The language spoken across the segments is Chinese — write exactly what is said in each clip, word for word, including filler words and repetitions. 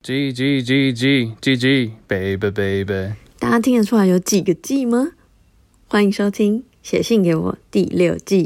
G G G G G G baby baby， 大家听得出来有几个 G 吗？欢迎收听《写信给我》第六季。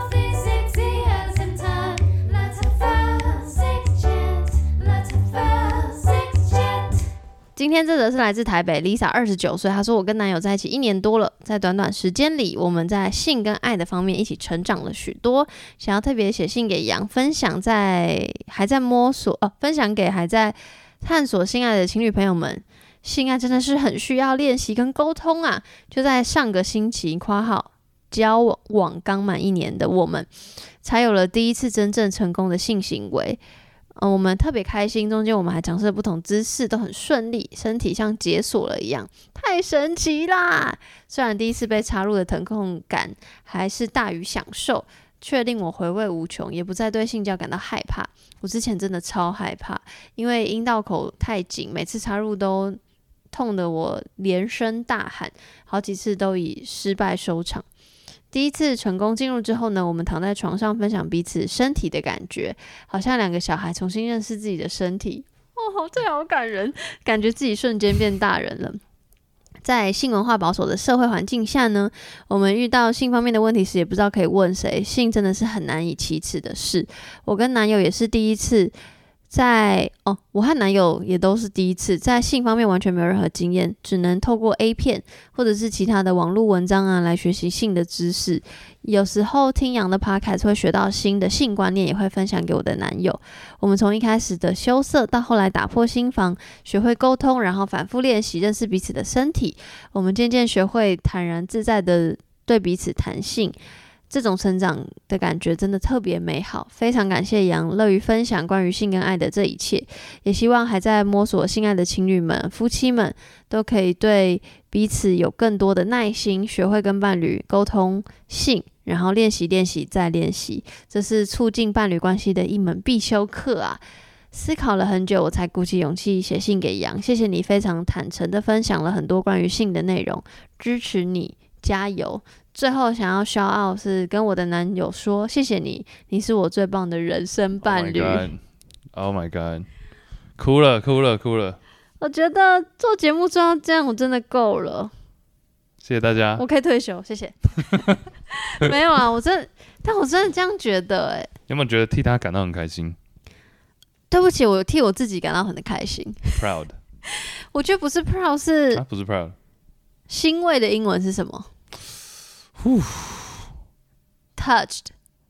今天这则是来自台北 Lisa 二十九岁，她说我跟男友在一起一年多了，在短短时间里，我们在性跟爱的方面一起成长了许多，想要特别写信给杨，分享在还在摸索，呃、分享给还在探索性爱的情侣朋友们。性爱真的是很需要练习跟沟通啊！就在上个星期（括号交往刚满一年的我们）才有了第一次真正成功的性行为。嗯，我们特别开心，中间我们还尝试了不同姿势，都很顺利，身体像解锁了一样，太神奇啦！虽然第一次被插入的疼痛感还是大于享受，却令我回味无穷，也不再对性交感到害怕。我之前真的超害怕，因为阴道口太紧，每次插入都痛得我连声大喊，好几次都以失败收场。第一次成功进入之后呢，我们躺在床上分享彼此身体的感觉，好像两个小孩重新认识自己的身体。哦，好，这好感人，感觉自己瞬间变大人了。在性文化保守的社会环境下呢，我们遇到性方面的问题时，也不知道可以问谁。性真的是很难以启齿的事。我跟男友也是第一次在哦，我和男友也都是第一次在性方面完全没有任何经验，只能透过 A 片或者是其他的网络文章啊来学习性的知识。有时候听杨的 podcast 会学到新的性观念，也会分享给我的男友。我们从一开始的羞涩到后来打破心防，学会沟通，然后反复练习认识彼此的身体。我们渐渐学会坦然自在的对彼此谈性。这种成长的感觉真的特别美好，非常感谢杨乐于分享关于性跟爱的这一切，也希望还在摸索性爱的情侣们、夫妻们都可以对彼此有更多的耐心，学会跟伴侣沟通性，然后练习练习再练习，这是促进伴侣关系的一门必修课啊！思考了很久，我才鼓起勇气写信给杨，谢谢你非常坦诚的分享了很多关于性的内容，支持你，加油！最后想要 shout out 是跟我的男友说，谢谢你，你是我最棒的人生伴侣。 Oh my god， Oh my god， 哭了哭了哭了。 我觉得做节目做到这样，我真的够了。 谢谢大家， 我可以退休，谢谢。没有啊，我真的，但我真的这样觉得、欸， 有没有觉得替他感到很开心？ 对不起，我替我自己感到很开心。 Proud， 我觉得不是 proud， 是、 啊、不是 proud， 欣慰的英文是什么？ 呼 touched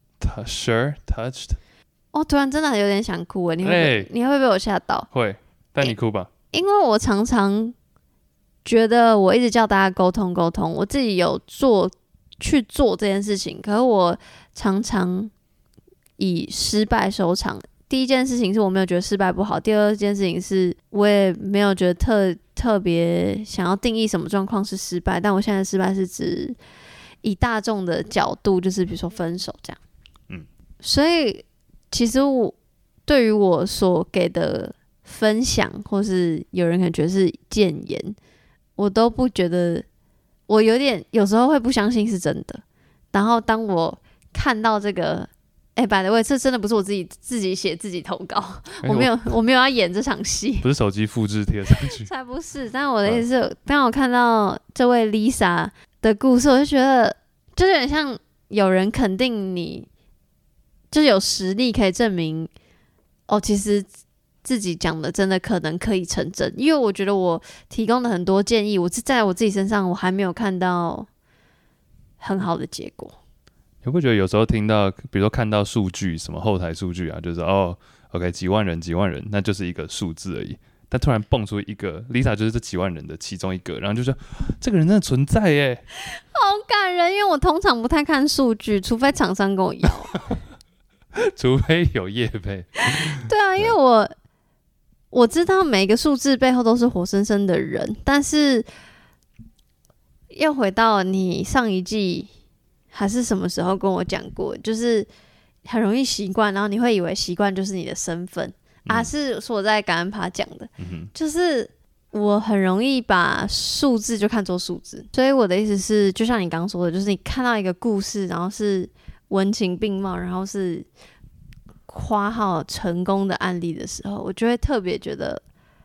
Sure touched。 我、哦、突然真的有点想哭耶，你会、 欸、 你会被我吓到？ 会，但你哭吧、 欸、因为我常常觉得我一直叫大家沟通沟通，我自己有做去做这件事情，可是我常常以失败收场。第一件事情是我没有觉得失败不好，第二件事情是我也没有觉得特特别想要定义什么状况是失败，但我现在的失败是指以大众的角度，就是比如说分手这样。 嗯，所以其实我对于我所给的分享，或是有人可能觉得是谏言，我都不觉得，我有点有时候会不相信是真的。然后当我看到这个。哎、欸，by the way，这真的不是我自己自己写自己投稿，欸、我没有我没有要演这场戏， 不是手机复制贴上去， 才不是。但我的意思是，当我看到这位 Lisa 的故事，我就觉得，就是有点像有人肯定你，就是有实力可以证明，哦，其实自己讲的真的可能可以成真。因为我觉得我提供的很多建议，我是在我自己身上，我还没有看到很好的结果。 你会不会觉得有时候听到，比如说看到数据，什么后台数据啊，就是哦 ，OK， 几万人，几万人，那就是一个数字而已。但突然蹦出一个 Lisa， 就是这几万人的其中一个，然后就说这个人真的存在耶， 好感人。因为我通常不太看数据，除非厂商跟我要， 除非有业配。 对啊，因为我我知道每个数字背后都是活生生的人，但是又回到你上一季。还是什么时候跟我讲过，就是很容易习惯，然后你会以为习惯就是你的身份、嗯、啊，是说我在感恩趴讲的、嗯、就是我很容易把数字就看作数字，所以我的意思是，就像你刚刚说的，就是你看到一个故事，然后是文情并茂，然后是括号成功的案例的时候，我就会特别觉得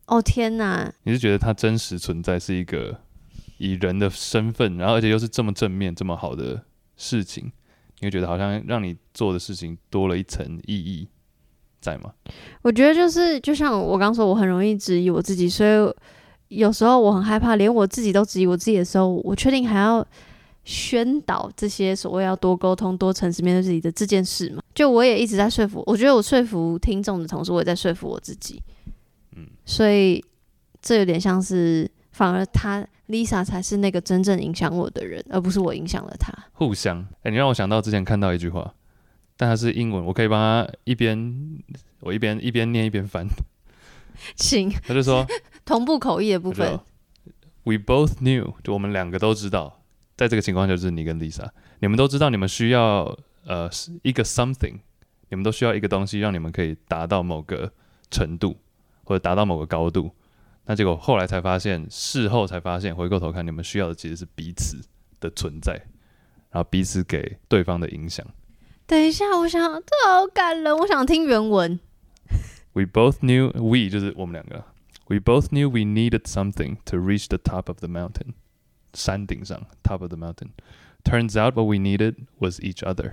哦天哪！ 你是觉得他真实存在是一个以人的身份，然后而且又是这么正面、这么好的事情，你会觉得好像让你做的事情多了一层意义在吗？ 我觉得就是就像我刚说，我很容易质疑我自己，所以有时候我很害怕，连我自己都质疑我自己的时候，我确定还要宣导这些所谓要多沟通、多诚实面对自己的这件事嘛？就我也一直在说服，我觉得我说服听众的同时，我也在说服我自己。嗯，所以这有点像是，反而他 Lisa 才是那个真正影响我的人，而不是我影响了他。 互相，哎、欸，你让我想到之前看到一句话，但它是英文，我可以帮他一边我一边一边念一边翻。 请， 他就说同步口译的部分。 We both knew， 就我们两个都知道，在这个情况下就是你跟 Lisa， 你们都知道你们需要呃一个 something， 你们都需要一个东西让你们可以达到某个程度或者达到某个高度。那结果后来才发现，事后才发现，回过头看，你们需要的其实是彼此的存在，然后彼此给对方的影响。 等一下，我想这好感人，我想听原文。 We both knew, we 就是我们两个。We both knew we needed something to reach the top of the mountain. 山顶上 top of the mountain. Turns out what we needed was each other.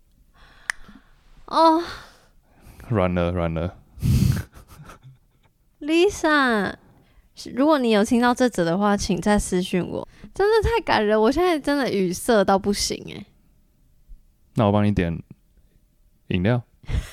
哦， 软了软了。 Lisa， 如果你有听到这则的话，请再私讯我。真的太感人，我现在真的语塞到不行哎。 那我帮你点饮料。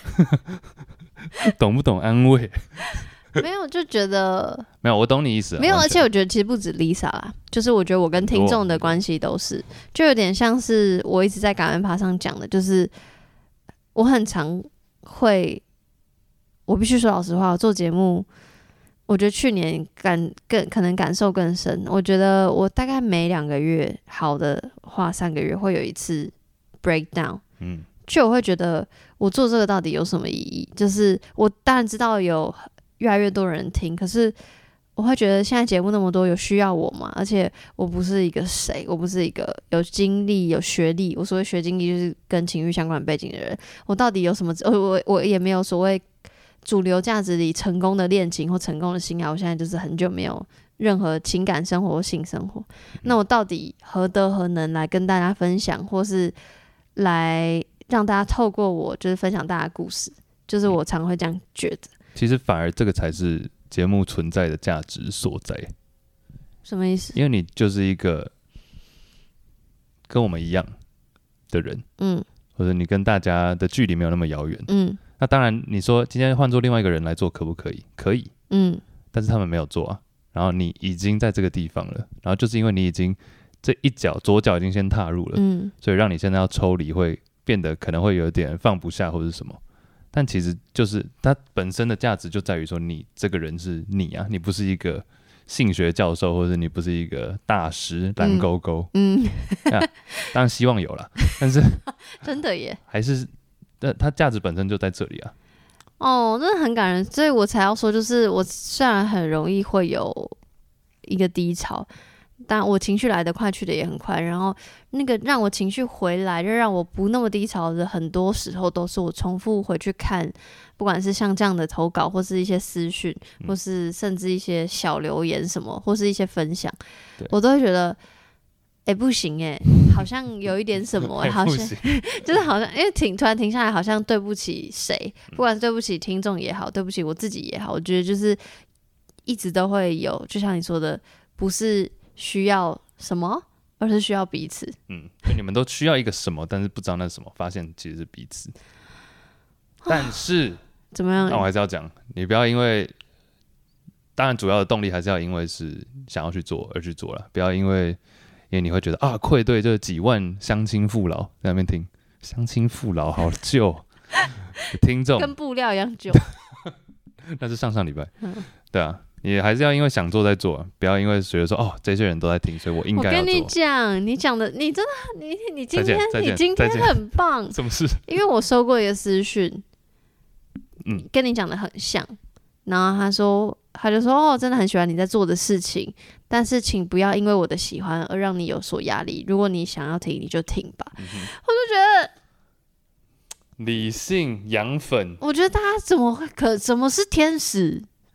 懂不懂安慰？ 没有，就觉得没有，我懂你意思、啊。 没有，而且我觉得其实不止 Lisa 啦，就是我觉得我跟听众的关系都是，就有点像是我一直在感恩趴上讲的，就是我很常会，我必须说老实话，我做节目，我觉得去年感更可能感受更深。我觉得我大概每两个月，好的话三个月会有一次 breakdown， 嗯，就我会觉得我做这个到底有什么意义？就是我当然知道有越来越多人听，可是我会觉得现在节目那么多，有需要我吗？而且我不是一个谁，我不是一个有经历、有学历。我所谓学经历，就是跟情欲相关背景的人。我到底有什么？我我也没有所谓主流价值里成功的恋情或成功的性爱。我现在就是很久没有任何情感生活或性生活。那我到底何德何能来跟大家分享，或是来让大家透过我就是分享大家的故事？就是我常会这样觉得。 其实反而这个才是节目存在的价值所在。 什么意思？ 因为你就是一个跟我们一样的人，嗯，或者你跟大家的距离没有那么遥远，嗯。那当然，你说今天换做另外一个人来做，可不可以？可以，嗯。但是他们没有做啊。然后你已经在这个地方了，然后就是因为你已经这一脚左脚已经先踏入了，嗯，所以让你现在要抽离，会变得可能会有点放不下或者什么。但其实就是它本身的价值就在于说，你这个人是你啊，你不是一个性学教授，或者你不是一个大师蓝勾勾，嗯，嗯当然希望有啦，但是真的耶， 还是它价值本身就在这里啊。 哦，真的很感人，所以我才要说，就是我虽然很容易会有一个低潮。但我情绪来得快，去的也很快。然后那个让我情绪回来，就让我不那么低潮的，很多时候都是我重复回去看，不管是像这样的投稿，或是一些私讯，或是甚至一些小留言什么，或是一些分享，我都会觉得，哎、欸，不行哎、欸，好像有一点什么、欸，好像就是好像，因为停突然停下来，好像对不起谁，不管是对不起听众也好，对不起我自己也好，我觉得就是一直都会有，就像你说的，不是需要什么，而是需要彼此。 嗯，就你们都需要一个什么，但是不知道那是什么，发现其实是彼此。但是怎么样？ 那我还是要讲，你不要因为，当然主要的动力还是要因为是想要去做而去做了，不要因为因为你会觉得啊愧对这几万乡亲父老在那边听，乡亲父老好旧，听众跟布料一样旧。 那是上上礼拜，对啊。也还是要因为想做再做，不要因为觉得说哦这些人都在听，所以我应该要做。 我跟你讲，你讲的你真的你你今天你今天很棒。 什么事？ 因为我收过一个私讯，嗯，跟你讲的很像。然后他说，他就说哦，真的很喜欢你在做的事情，但是请不要因为我的喜欢而让你有所压力。如果你想要听，你就听吧。嗯、我就觉得理性养粉， 我觉得大家怎么会可怎么是天使？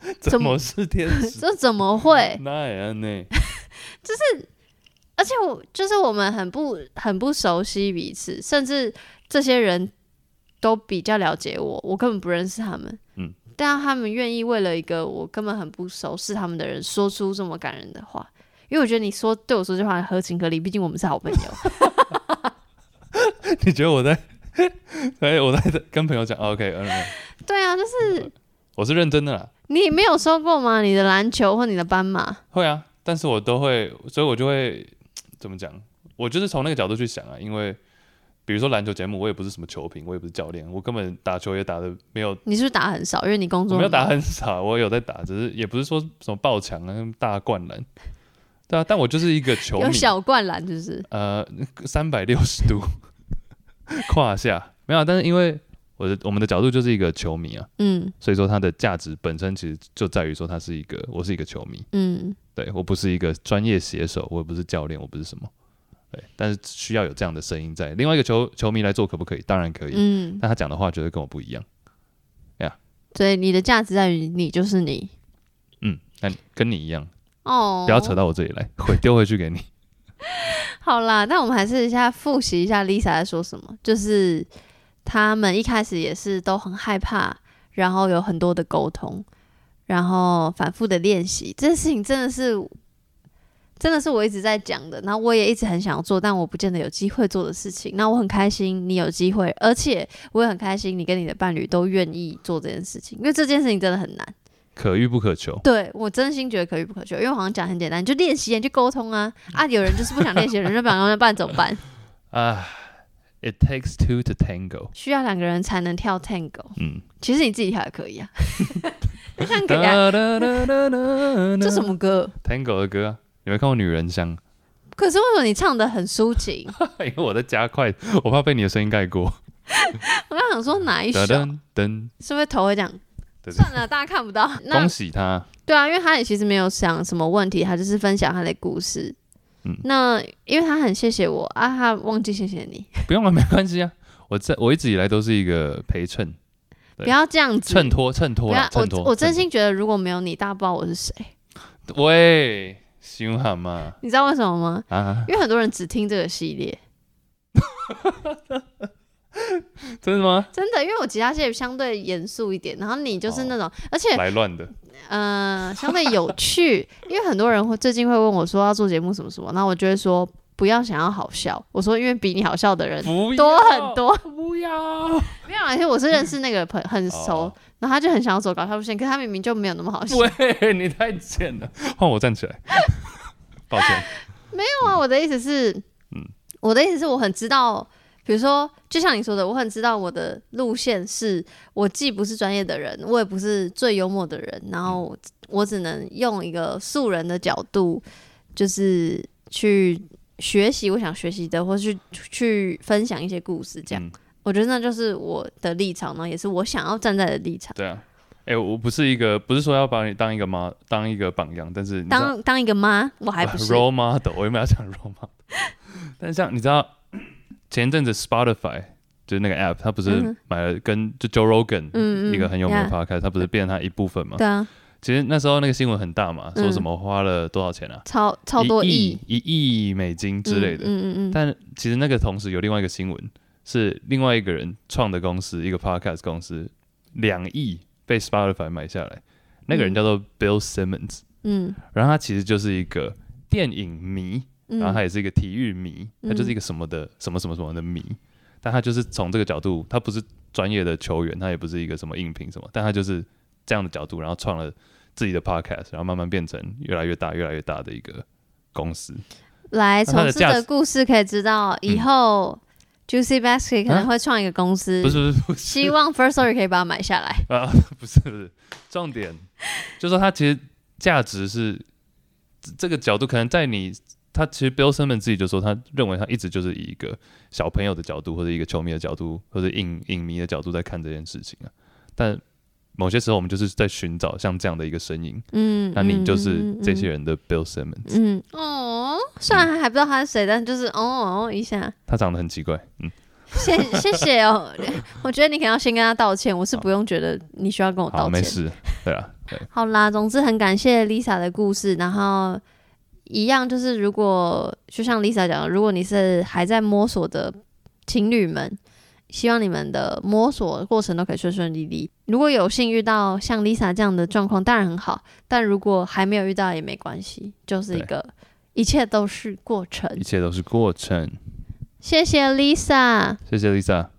怎么是天使？ 这怎么会？ 那样呢？ 就是而且我就是我们很不很不熟悉彼此，甚至这些人都比较了解我，我根本不认识他们。嗯，但他们愿意为了一个我根本很不熟识他们的人说出这么感人的话，因为我觉得你说对我说这话合情合理，毕竟我们是好朋友。 你觉得我在哎我在跟朋友讲 OK 嗯对啊，就是我是认真的啦。 你没有收过吗？你的篮球或你的斑马？ 会啊，但是我都会，所以我就会怎么讲？我就是从那个角度去想啊，因为比如说篮球节目，我也不是什么球评，我也不是教练，我根本打球也打的没有。 你是不是打很少？因为你工作我没有打很少，我有在打，只是也不是说什么爆强啊、大灌篮。对啊，但我就是一个球迷。 有小灌篮就是呃三百六十度胯下没有、啊，但是因为我的我们的角度就是一个球迷啊，嗯，所以说它的价值本身其实就在于说它是一个我是一个球迷，嗯，对我不是一个专业写手，我也不是教练，我不是什么，对，但是需要有这样的声音在。另外一个球球迷来做可不可以？当然可以，嗯，但他讲的话绝对跟我不一样，呀、yeah ， 所以你的价值在于你就是你， 嗯，那跟你一样哦，不要扯到我这里来，会丢回去给你。 好啦，那我们还是一下复习一下 Lisa 在说什么，就是他们一开始也是都很害怕，然后有很多的沟通，然后反复的练习，这件事情真的是真的是我一直在讲的，然后我也一直很想做，但我不见得有机会做的事情。那我很开心你有机会，而且我也很开心你跟你的伴侣都愿意做这件事情，因为这件事情真的很难， 可遇不可求。对， 我真心觉得可遇不可求，因为我好像讲很简单，你就练习，你就沟通啊啊！有人就是不想练习，有人就不想那办怎么办啊？It takes two to tango， 需要两个人才能跳 tango。嗯，其实你自己跳也可以啊。像可以啊。这什么歌 ？Tango 的歌啊，你没看过《女人香》？ 可是为什么你唱得很抒情？ 因为我在加快，我怕被你的声音盖过。 我刚想说哪一首？噔噔是不是头会这样？算了，大家看不到。 恭喜他。 对啊，因为他也其实没有想什么问题，他就是分享他的故事。嗯，那因为他很谢谢我啊，他忘记谢谢你。 不用了，没关系啊。我在我一直以来都是一个陪衬。 不要这样子。 衬托，衬托啦，衬托。 我我真心觉得，如果没有你，大家不知道我是谁。 喂，凶悍嘛？ 你知道为什么吗？啊，因为很多人只听这个系列。 真的吗？ 真的，因为我其他系列相对严肃一点，然后你就是那种，哦、而且来乱的， 呃，相对有趣。因为很多人会最近会问我说要做节目什么什么，然后我就会说不要想要好笑，我说因为比你好笑的人多很多， 不要， 没有，而且我是认识那个朋很熟，哦、然后他就很想要走搞笑路线，可是他明明就没有那么好笑。 喂，你太贱了，换我站起来，抱歉。 没有啊，我的意思是，嗯，我的意思是我很知道。比如说，就像你说的，我很知道我的路线是，我既不是专业的人，我也不是最幽默的人，然后我只能用一个素人的角度，就是去学习我想学习的，或是去去分享一些故事，这样，嗯、我觉得那就是我的立场呢，也是我想要站在的立场。 对啊，哎、欸，我不是一个，不是说要把你当一个妈，当一个榜样，但是你当当一个妈，我还不是、 uh, role model， 我有没有要讲 role model？ 但是像你知道。前阵子 Spotify 就是那个 app， 他不是买了跟就 Joe Rogan、嗯、一个很有名的 podcast，、嗯、他不是变成他一部分嘛？ 对啊。 其实那时候那个新闻很大嘛，嗯、说什么花了多少钱啊？ 超超多亿， 一亿美金之类的。 嗯嗯嗯。 但其实那个同时有另外一个新闻，是另外一个人创的公司，一个 podcast 公司，两亿被 Spotify 买下来。那个人叫做 Bill Simmons， 嗯，然后他其实就是一个电影迷。然后他也是一个体育迷，他就是一个什么的、嗯、什么什么什么的迷，但他就是从这个角度，他不是专业的球员，他也不是一个什么影评什么，但他就是这样的角度，然后创了自己的 podcast， 然后慢慢变成越来越大、越来越大的一个公司。 来，从这个故事可以知道，以后 Juicy Basket 可能会创一个公司， 啊、不是不是， 希望 First Story 可以把它买下来。 啊，不是不是，重点就是说它其实价值是这个角度，可能在你。他其实 Bill Simmons 自己就说，他认为他一直就是以一个小朋友的角度，或者一个球迷的角度，或者影影迷的角度在看这件事情啊。但某些时候，我们就是在寻找像这样的一个身影。嗯，那你就是这些人的 Bill Simmons。嗯， 哦，虽然还不知道他是谁，但就是哦哦一下。 他长得很奇怪。嗯， 谢谢谢哦。我觉得你可能要先跟他道歉，我是不用觉得你需要跟我道歉。 好，没事。对啊。 好啦，总之很感谢 Lisa 的故事，然后一样就是如果就像 Lisa 讲的，如果你是还在摸索的情侣们，希望你们的摸索过程都可以顺顺利利。如果有幸遇到像 Lisa 这样的状况当然很好，但如果还没有遇到也没关系，就是一个一切都是过程， 一切都是过程。 谢谢 Lisa， 谢谢 Lisa。